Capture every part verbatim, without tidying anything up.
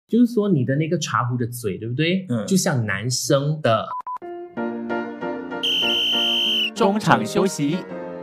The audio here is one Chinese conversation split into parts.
就是说你的那个茶壶的嘴，对不对？嗯，就像男生的。 中场休息。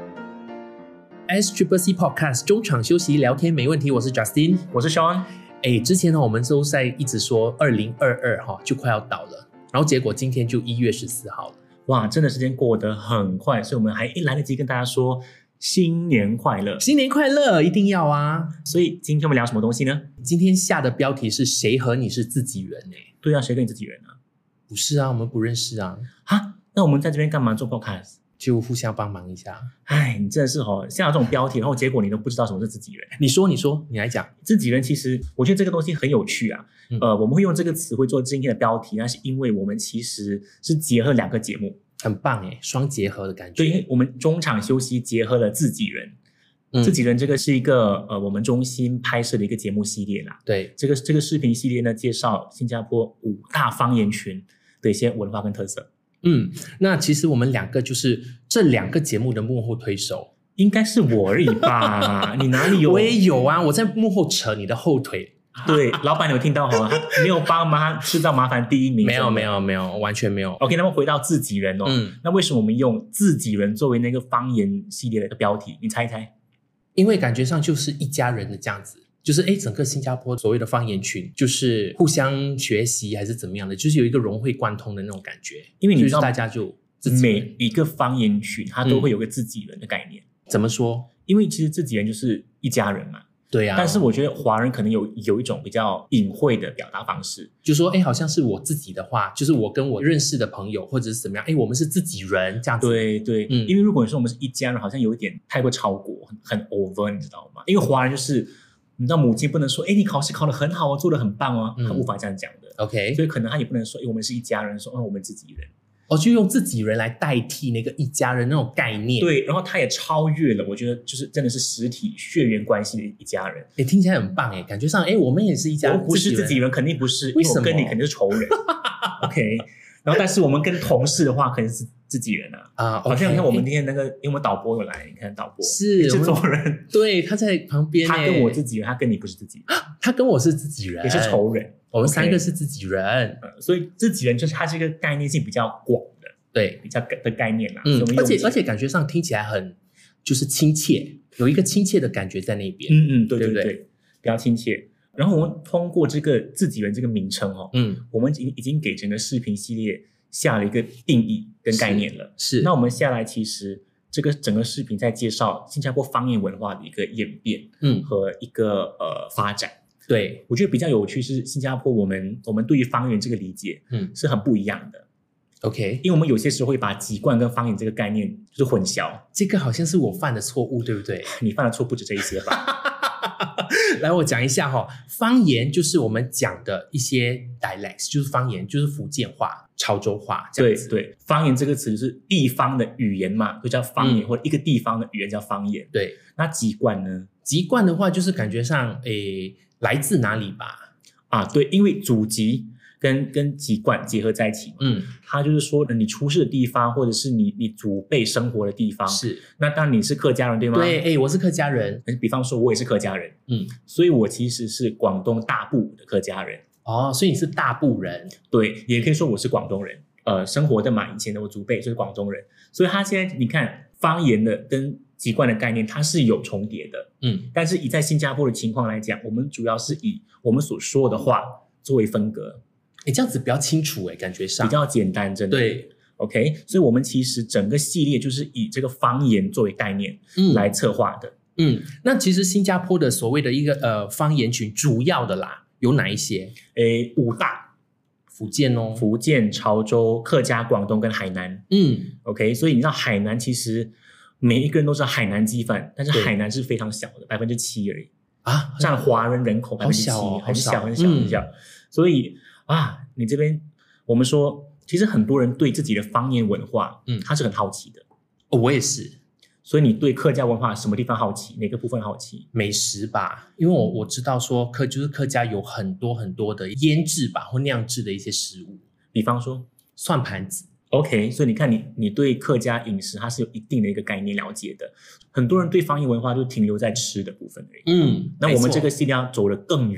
S C C C Podcast 中场休息聊天没问题，我是 Justin， 我是 Sean。 哎，之前呢我们都在一直说二零二二哈就快要到了，然后结果今天就一月十四号了。 哇，真的时间过得很快，所以我们还一来得及跟大家说新年快乐， 新年快乐，一定要啊！ 所以今天我们聊什么东西呢？ 今天下的标题是谁和你是自己人呢？ 对啊，谁跟你自己人啊？ 不是啊，我们不认识啊。 哈，那我们在这边干嘛做 podcast？ 就互相帮忙一下。 哎，你真的是哦，像这种标题，然后结果你都不知道什么是自己人。 你说，你说，你来讲。 自己人其实，我觉得这个东西很有趣啊。嗯、呃，我们会用这个词汇做今天的标题，那是因为我们其实是结合两个节目。 很棒耶，双结合的感觉。 对，因为我们中场休息结合了自己人，嗯、自己人这个是一个呃我们中心拍摄的一个节目系列啦。 对， 这个这个视频系列呢，介绍新加坡五大方言群的一些文化跟特色。 嗯，那其实我们两个就是这两个节目的幕后推手， 应该是我而已吧？你哪里有？ 我也有啊，我在幕后扯你的后腿。 对，老板有听到哈，他没有帮忙，他制造麻烦第一名。 没有没有没有，完全没有。 OK， 那么回到自己人哦，嗯，那为什么我们用自己人作为那个方言系列的标题？你猜一猜？ 因为感觉上就是一家人的这样子，就是哎，整个新加坡所谓的方言群，就是互相学习还是怎么样的，就是有一个融会贯通的那种感觉。 因为你知道， 大家就每一个方言群，它都会有个自己人的概念。 嗯、怎么说？ 因为其实自己人就是一家人嘛。 对啊， 但是我觉得华人可能有有一种比较隐晦的表达方式， 就说哎，好像是我自己的话，就是我跟我认识的朋友或者是怎么样，哎，我们是自己人这样子。 对对，嗯，因为如果你说我们是一家人，好像有一点太过超过，很 over， 你知道吗？因为华人就是你知道母亲不能说哎你考试考得很好哦，做得很棒哦，他无法这样讲的。 OK， 所以可能他也不能说哎我们是一家人，说嗯我们自己人。 哦，就用自己人来代替那个一家人那种概念。 对，然后他也超越了，我觉得就是真的是实体血缘关系的一家人。 诶，听起来很棒诶，感觉上诶我们也是一家人。 我不是自己人，肯定不是， 为什么？ 因为我跟你肯定是仇人。OK， 然后但是我们跟同事的话，可能是自己人啊。啊， okay, 好像你看我们今天那个，因为我们导播有来，你看导播是制作人， 对，他在旁边。 他跟我自己人，他跟你不是自己人， 他跟我是自己人， 也是仇人。 我们三个是自己人， okay, 呃、所以自己人就是它这个概念性比较广。 对， 比较的概念啦， 嗯，而且而且感觉上听起来很就是亲切，有一个亲切的感觉在那边， 嗯嗯，对对对, 对, 对，比较亲切。然后我们通过这个自己人这个名称哦，嗯，我们已经已经给整个视频系列下了一个定义跟概念了。 是，是那我们下来其实这个整个视频在介绍新加坡方言文化的一个演变，嗯，和一个呃发展。 对， 我觉得比较有趣是新加坡我们我们对于方言这个理解，嗯，是很不一样的。 OK， 因为我们有些时候会把籍贯跟方言这个概念就是混淆， 这个好像是我犯的错误，对不对？ 你犯的错不止这一些吧？ 来，我讲一下哈、哦，方言就是我们讲的一些 dialects， 就是方言，就是福建话、潮州话这样子。 对对，方言这个词就是地方的语言嘛，就叫方言，嗯、或者一个地方的语言叫方言。 对， 那籍贯呢？ 籍贯的话，就是感觉上诶来自哪里吧？ 啊，对，因为祖籍。跟跟籍贯结合在一起嘛，嗯，它就是说你出世的地方，或者是你你祖辈生活的地方， 是。 那当然你是客家人对吗？ 对，哎，我是客家人。 比方说，我也是客家人，嗯，所以我其实是广东大埔的客家人。 哦，所以你是大埔人？ 对，也可以说我是广东人。呃，生活的嘛，以前的我祖辈就是广东人，所以他现在你看方言的跟籍贯的概念，它是有重叠的，嗯，但是以在新加坡的情况来讲，我们主要是以我们所说的话作为分隔。 诶，这样子比较清楚诶，感觉上比较简单，真的。 对 ，OK， 所以我们其实整个系列就是以这个方言作为概念来策划的。 嗯，那其实新加坡的所谓的一个呃方言群，主要的啦有哪一些？ 诶，五大， 福建哦， 福建、潮州、客家、广东跟海南。嗯 ，OK， 所以你知道海南其实每一个人都知道海南鸡饭，但是海南是非常小的，百分之七而已啊，占华人人口百分之七，很小很小很小，嗯、所以。啊，你这边我们说，其实很多人对自己的方言文化，嗯，他是很好奇的。 哦，我也是。 所以你对客家文化什么地方好奇？哪个部分好奇？ 美食吧，因为我我知道说客就是客家有很多很多的腌制吧或酿制的一些食物， 比方说蒜盘子。 OK， 所以你看你你对客家饮食它是有一定的一个概念了解的。很多人对方言文化就停留在吃的部分而已。嗯，那我们这个系列要走得更远。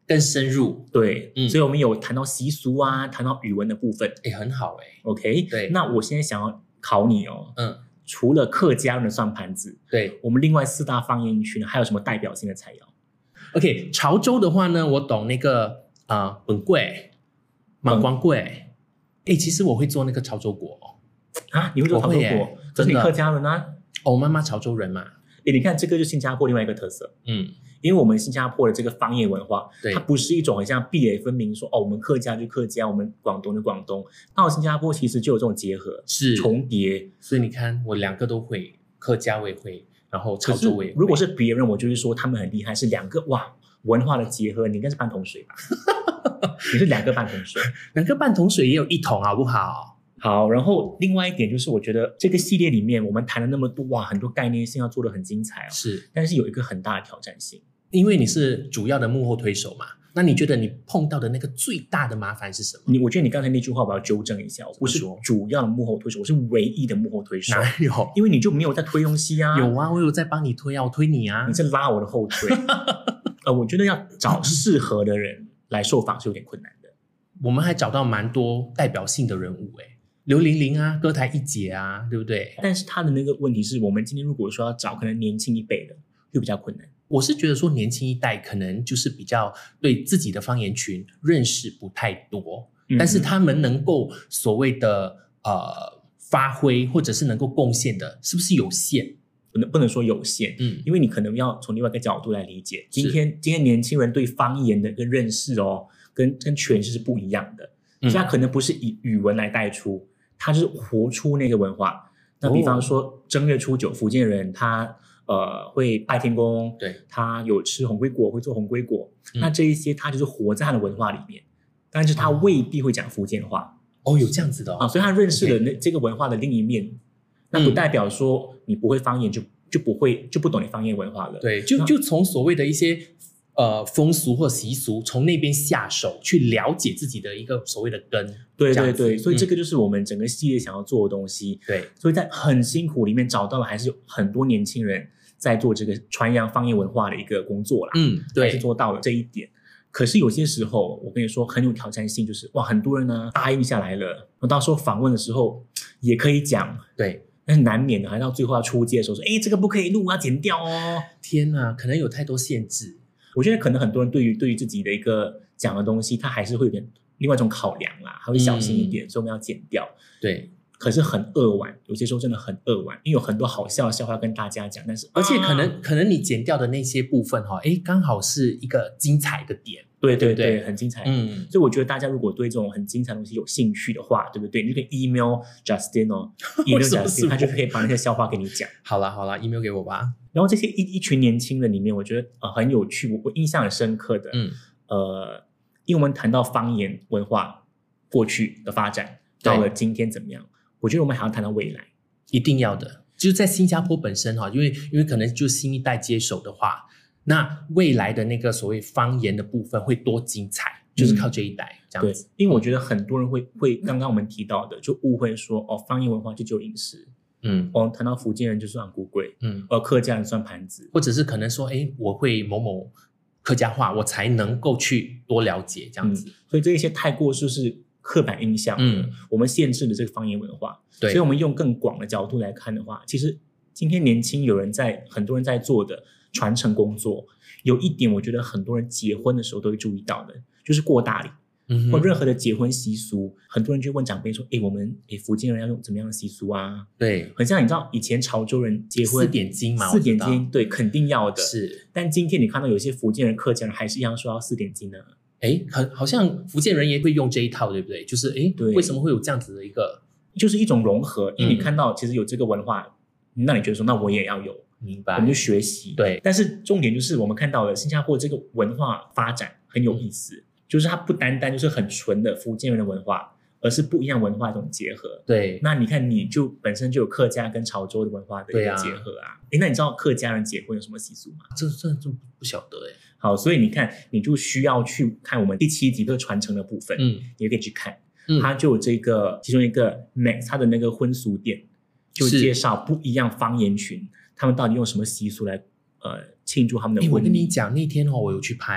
更深入。 对，嗯，所以我们有谈到习俗啊，谈到语文的部分， 哎，很好哎。 OK， 对，那我现在想要考你哦，嗯，除了客家人的算盘子， 对， 我们另外四大方言区呢，还有什么代表性的菜肴 ？OK， 潮州的话呢，我懂那个啊，本粿、芒光粿。哎，其实我会做那个潮州果啊，你会做潮州果？这是你客家人啊？ 哦，我妈妈潮州人嘛。 哎，你看这个就是新加坡另外一个特色，嗯。因为我们新加坡的这个方言文化，它不是一种很像壁垒分明说哦，我们客家就客家，我们广东就广东。到新加坡其实就有这种结合， 是重叠。 所以你看，我两个都会，客家我也会，然后潮州我也会。 如果是别人，我就会说他们很厉害，是两个哇文化的结合，你应该是半桶水吧？你是两个半桶水， 两个半桶水也有一桶，好不好？ 好，然后另外一点就是，我觉得这个系列里面我们谈了那么多哇，很多概念性要做得很精彩哦。 是， 但是有一个很大的挑战性， 因为你是主要的幕后推手嘛。那你觉得你碰到的那个最大的麻烦是什么？ 你我觉得你刚才那句话我要纠正一下，我不是主要的幕后推手，我是唯一的幕后推手。 哪有？ 因为你就没有在推东西啊。 有啊，我有在帮你推啊，我推你啊。 你是拉我的后腿。呃，我觉得要找适合的人来受访是有点困难的。 我们还找到蛮多代表性的人物哎。刘玲玲啊，歌台一姐啊，对不对？ 但是他的那个问题是我们今天如果说要找可能年轻一辈的，就比较困难。 我是觉得说年轻一代可能就是比较对自己的方言群认识不太多，嗯、但是他们能够所谓的呃发挥或者是能够贡献的，是不是有限？ 不能不能说有限，嗯，因为你可能要从另外一个角度来理解。今天今天年轻人对方言的一个认识哦，跟跟诠释是不一样的，嗯、所以他可能不是以语文来带出。他就是活出那个文化。那比方说正月初九，福建人他呃会拜天公， 对， 他有吃红龟果，会做红龟果，嗯、那这一些他就是活在他的文化里面，但是他未必会讲福建话。 哦，有这样子的、哦、 啊，所以他认识了那这个文化的另一面。嗯、那不代表说你不会方言就就不会就不懂你方言文化了。 对，就就从所谓的一些。呃，风俗或习俗，从那边下手去了解自己的一个所谓的根， 对对对，所以这个就是我们整个系列想要做的东西。 对， 所以在很辛苦里面找到了，还是有很多年轻人在做这个传扬方言文化的一个工作啦。 嗯，对， 还是做到了这一点。可是有些时候，我跟你说很有挑战性，就是哇，很多人呢答应下来了，我到时候访问的时候也可以讲， 对。 但是难免的，还到最后要出街的时候说，哎，这个不可以录，要剪掉哦。 天哪，可能有太多限制。 我觉得可能很多人对于对于自己的一个讲的东西，他还是会有点另外一种考量啦，他会小心一点，嗯、所以我们要剪掉。 对， 可是很扼腕，有些时候真的很扼腕，因为有很多好笑的笑话跟大家讲，但是而且可能、啊、可能你剪掉的那些部分哈，哎，刚好是一个精彩的点。 对对 对, 对，很精彩。嗯，所以我觉得大家如果对这种很精彩的东西有兴趣的话，对不对？你就可以 email Justin 哦 ，email Justin， 他就可以把那些笑话给你讲。 好啦好啦 email 给我吧。 然后这些一一群年轻人里面，我觉得呃很有趣，我我印象很深刻的，嗯，呃，因为我们谈到方言文化过去的发展，到了今天怎么样？我觉得我们还要谈到未来， 一定要的。就是在新加坡本身哈，因为因为可能就新一代接手的话。那未来的那个所谓方言的部分会多精彩，就是靠这一代、嗯、这样子。 因为我觉得很多人会会刚刚我们提到的，就误会说哦，方言文化就只有饮食，嗯，哦，谈到福建人就算骨龟，嗯，呃，客家人算盘子， 或者是可能说，哎，我会某某客家话，我才能够去多了解这样子。 嗯、所以这一些太过就是刻板印象，嗯，我们限制了这个方言文化。 对， 所以我们用更广的角度来看的话，其实今天年轻有人在，很多人在做的。传承工作有一点，我觉得很多人结婚的时候都会注意到的，就是过大礼，嗯、或任何的结婚习俗，很多人就问长辈说：“哎，我们哎福建人要用怎么样的习俗啊？” 对， 很像你知道以前潮州人结婚四点金嘛， 四点金，对，肯定要的。 是， 但今天你看到有些福建人、客家人还是一样说要四点金呢。 哎，很好像福建人也会用这一套，对不对？就是哎，为什么会有这样子的一个， 就是一种融合？因为你看到其实有这个文化，嗯、那你觉得说，那我也要有。 明白， 我们就学习。 对， 但是重点就是我们看到了新加坡这个文化发展很有意思，嗯、就是它不单单就是很纯的福建人的文化，而是不一样文化这种结合。 对， 那你看你就本身就有客家跟潮州的文化的一个结合啊。哎、啊，那你知道客家人结婚有什么习俗吗？ 这这这不晓得哎。 好，所以你看，你就需要去看我们第七集这个传承的部分，嗯，你可以去看，嗯，它就有这个其中一个 Max 它的那个婚俗店，就介绍不一样方言群。他们到底用什么习俗来呃庆祝他们的婚礼？ 我跟你讲，那天哦，我有去拍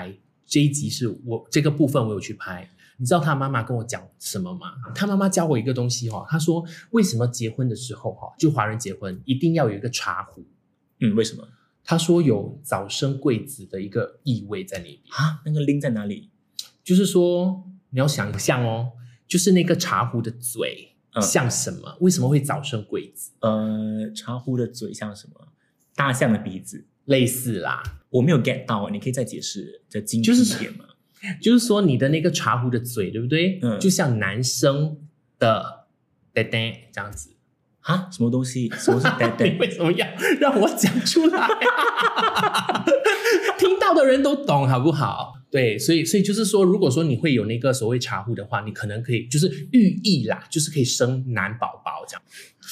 这一集是我这个部分我有去拍。你知道他妈妈跟我讲什么吗？他妈妈教我一个东西哈、哦，他说为什么结婚的时候哈，就华人结婚一定要有一个茶壶？ 嗯，为什么？ 他说有早生贵子的一个意味在那边啊。那个拎在哪里？ 就是说你要想象哦，就是那个茶壶的嘴像什么？嗯、为什么会早生贵子？ 呃，茶壶的嘴像什么？大象的鼻子， 类似啦。 我没有 get 到，你可以再解释再精辟一点吗？ 就是说你的那个茶壶的嘴，对不对？嗯，就像男生的呆呆这样子。 啊，什么东西？什么是呆呆？ 你为什么要让我讲出来？听到的人都懂，好不好？对，所以所以就是说，如果说你会有那个所谓茶壶的话，你可能可以就是寓意啦，就是可以生男宝宝这样。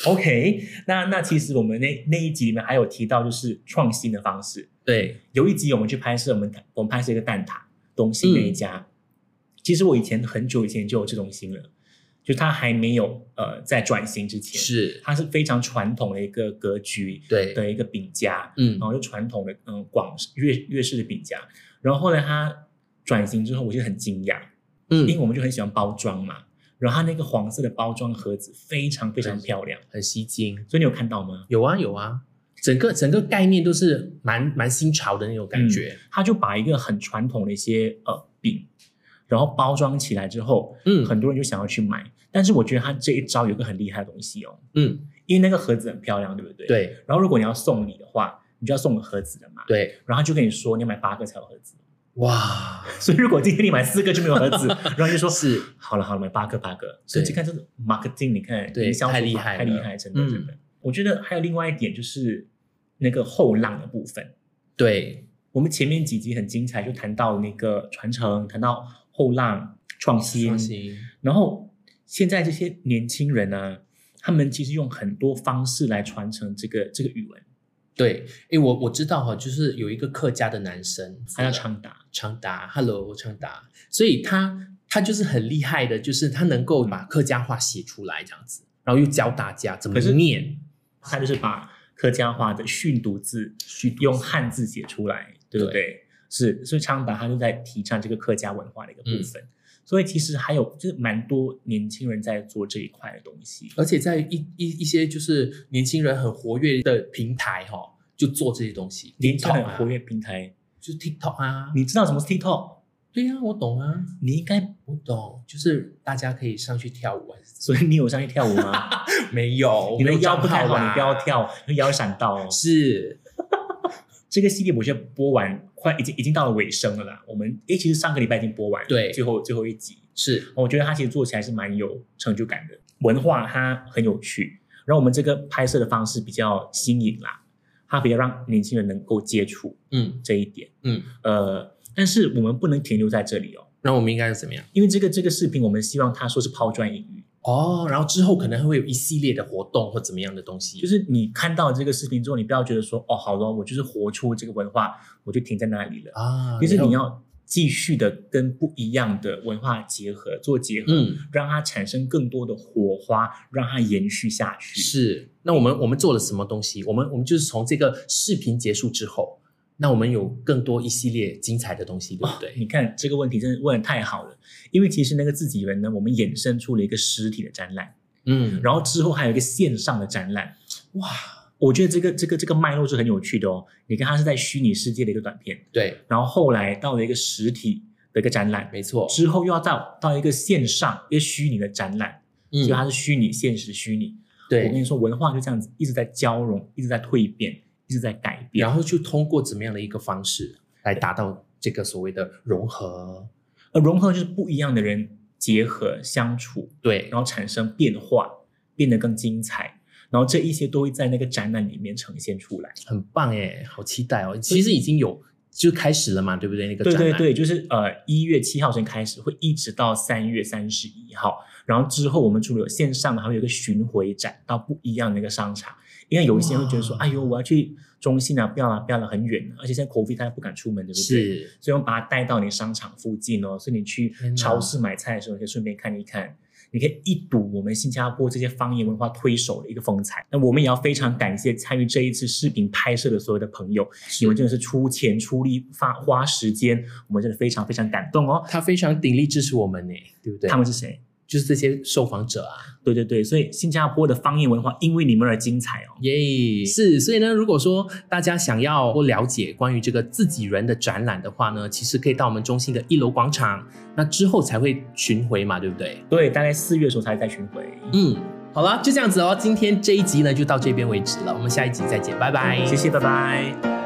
OK， 那那其实我们那那一集里面还有提到就是创新的方式。 对， 有一集我们去拍摄，我们我们拍摄一个蛋挞。东兴那一家、嗯，其实我以前很久以前就有这东兴了，就它还没有呃在转型之前， 是它是非常传统的一个格局对的一个饼家， 嗯， 然后就传统的嗯广粤粤式的饼家，然后后来它转型之后，我就很惊讶，嗯，因为我们就很喜欢包装嘛，然后它那个黄色的包装盒子非常非常漂亮， 很吸睛， 所以你有看到吗？ 有啊有啊。整个整个概念都是蛮蛮新潮的那种感觉、嗯， 他就把一个很传统的一些呃饼，然后包装起来之后，嗯，很多人就想要去买。但是我觉得他这一招有一个很厉害的东西哦，嗯，因为那个盒子很漂亮，对不对？ 对。 然后如果你要送礼的话，你就要送个盒子的嘛， 对。 然后他就跟你说你要买八个才有盒子， 哇！ 所以如果今天你买四个就没有盒子，然后就说是好了好了买八个八个，所以你看这个 marketing， 你看营销太厉害太厉害，真的真的。嗯、我觉得还有另外一点就是那个后浪的部分， 对我们前面几集很精彩，就谈到那个传承，谈到后浪创新， 创新然后现在这些年轻人呢、啊，他们其实用很多方式来传承这个这个语文。 对，诶我我知道哈，就是有一个客家的男生， 他叫昌达， 昌达 ，Hello 昌达，所以他他就是很厉害的，就是他能够把客家话写出来这样子，然后又教大家怎么念， 他就是把客家话的训读字用汉字写出来，对不对？对，是，所以昌达他就在提倡这个客家文化的一个部分。嗯，所以其实还有就是蛮多年轻人在做这一块的东西， 而且在一一一些就是年轻人很活跃的平台哈、哦，就做这些东西。 年轻人很活跃平台就是 TikTok 啊， 你知道什么是 TikTok？ 对呀、啊，我懂啊。 你应该不懂，就是大家可以上去跳舞啊。 所以你有上去跳舞吗？ 没有， 你的腰不太好，你不要跳，腰闪到哦。 是。 这个系列我觉得播完快已经已经到了尾声了啦。我们诶其实上个礼拜已经播完了， 对， 最后最后一集是， 我觉得它其实做起来是蛮有成就感的。文化它很有趣，然后我们这个拍摄的方式比较新颖啦，它比较让年轻人能够接触，嗯，这一点，嗯，呃，但是我们不能停留在这里哦。 那我们应该是怎么样？ 因为这个这个视频，我们希望它说是抛砖引玉。 哦，然后之后可能会有一系列的活动或怎么样的东西， 就是你看到这个视频之后，你不要觉得说哦，好了，我就是活出这个文化，我就停在那里了啊。就是你要继续的跟不一样的文化结合，做结合，嗯，让它产生更多的火花，让它延续下去。 是，那我们我们做了什么东西？我们我们就是从这个视频结束之后，那我们有更多一系列精彩的东西，对不对？哦， 你看这个问题真的问得太好了，因为其实那个自己人呢，我们衍生出了一个实体的展览，嗯，然后之后还有一个线上的展览，哇，我觉得这个这个这个脉络是很有趣的哦。你看它是在虚拟世界的一个短片， 对，然后后来到了一个实体的一个展览， 没错， 之后又要到到一个线上一个虚拟的展览，嗯，所以它是虚拟现实虚拟。对，我跟你说，文化就这样子一直在交融，一直在蜕变，一直在改变， 然后就通过怎么样的一个方式来达到这个所谓的融合？ 而融合就是不一样的人结合相处， 对， 然后产生变化，变得更精彩，然后这一些都会在那个展览里面呈现出来， 很棒耶，好期待哦！其实已经有就开始了嘛，对不对？那个展览， 对对对，就是呃一月七号先开始，会一直到三月三十一号，然后之后我们除了有线上的，还会有一个巡回展到不一样的一个商场。因为有一些人会觉得说，哎呦，我要去中信啊，不要啦，不要啦，很远，而且现在 COVID 大家不敢出门，对不对？ 是， 所以我们把它带到你商场附近哦，所以你去超市买菜的时候，可以顺便看一看。 你可以一睹我们新加坡这些方言文化推手的一个风采。那我们也要非常感谢参与这一次视频拍摄的所有的朋友，你们真的是出钱出力花花时间，我们真的非常非常感动哦。 他非常鼎力支持我们呢，对不对？ 他们是谁？ 就是这些受访者啊。 对对对，所以新加坡的方言文化因为你们而精彩哦。 耶、yeah, 是，所以呢，如果说大家想要多了解关于这个自己人的展览的话呢，其实可以到我们中心的一楼广场，那之后才会巡回嘛，对不对？ 对，大概四月的时候才再巡回。 嗯，好了，就这样子哦。今天这一集呢就到这边为止了，我们下一集再见，拜拜。 谢谢，拜拜。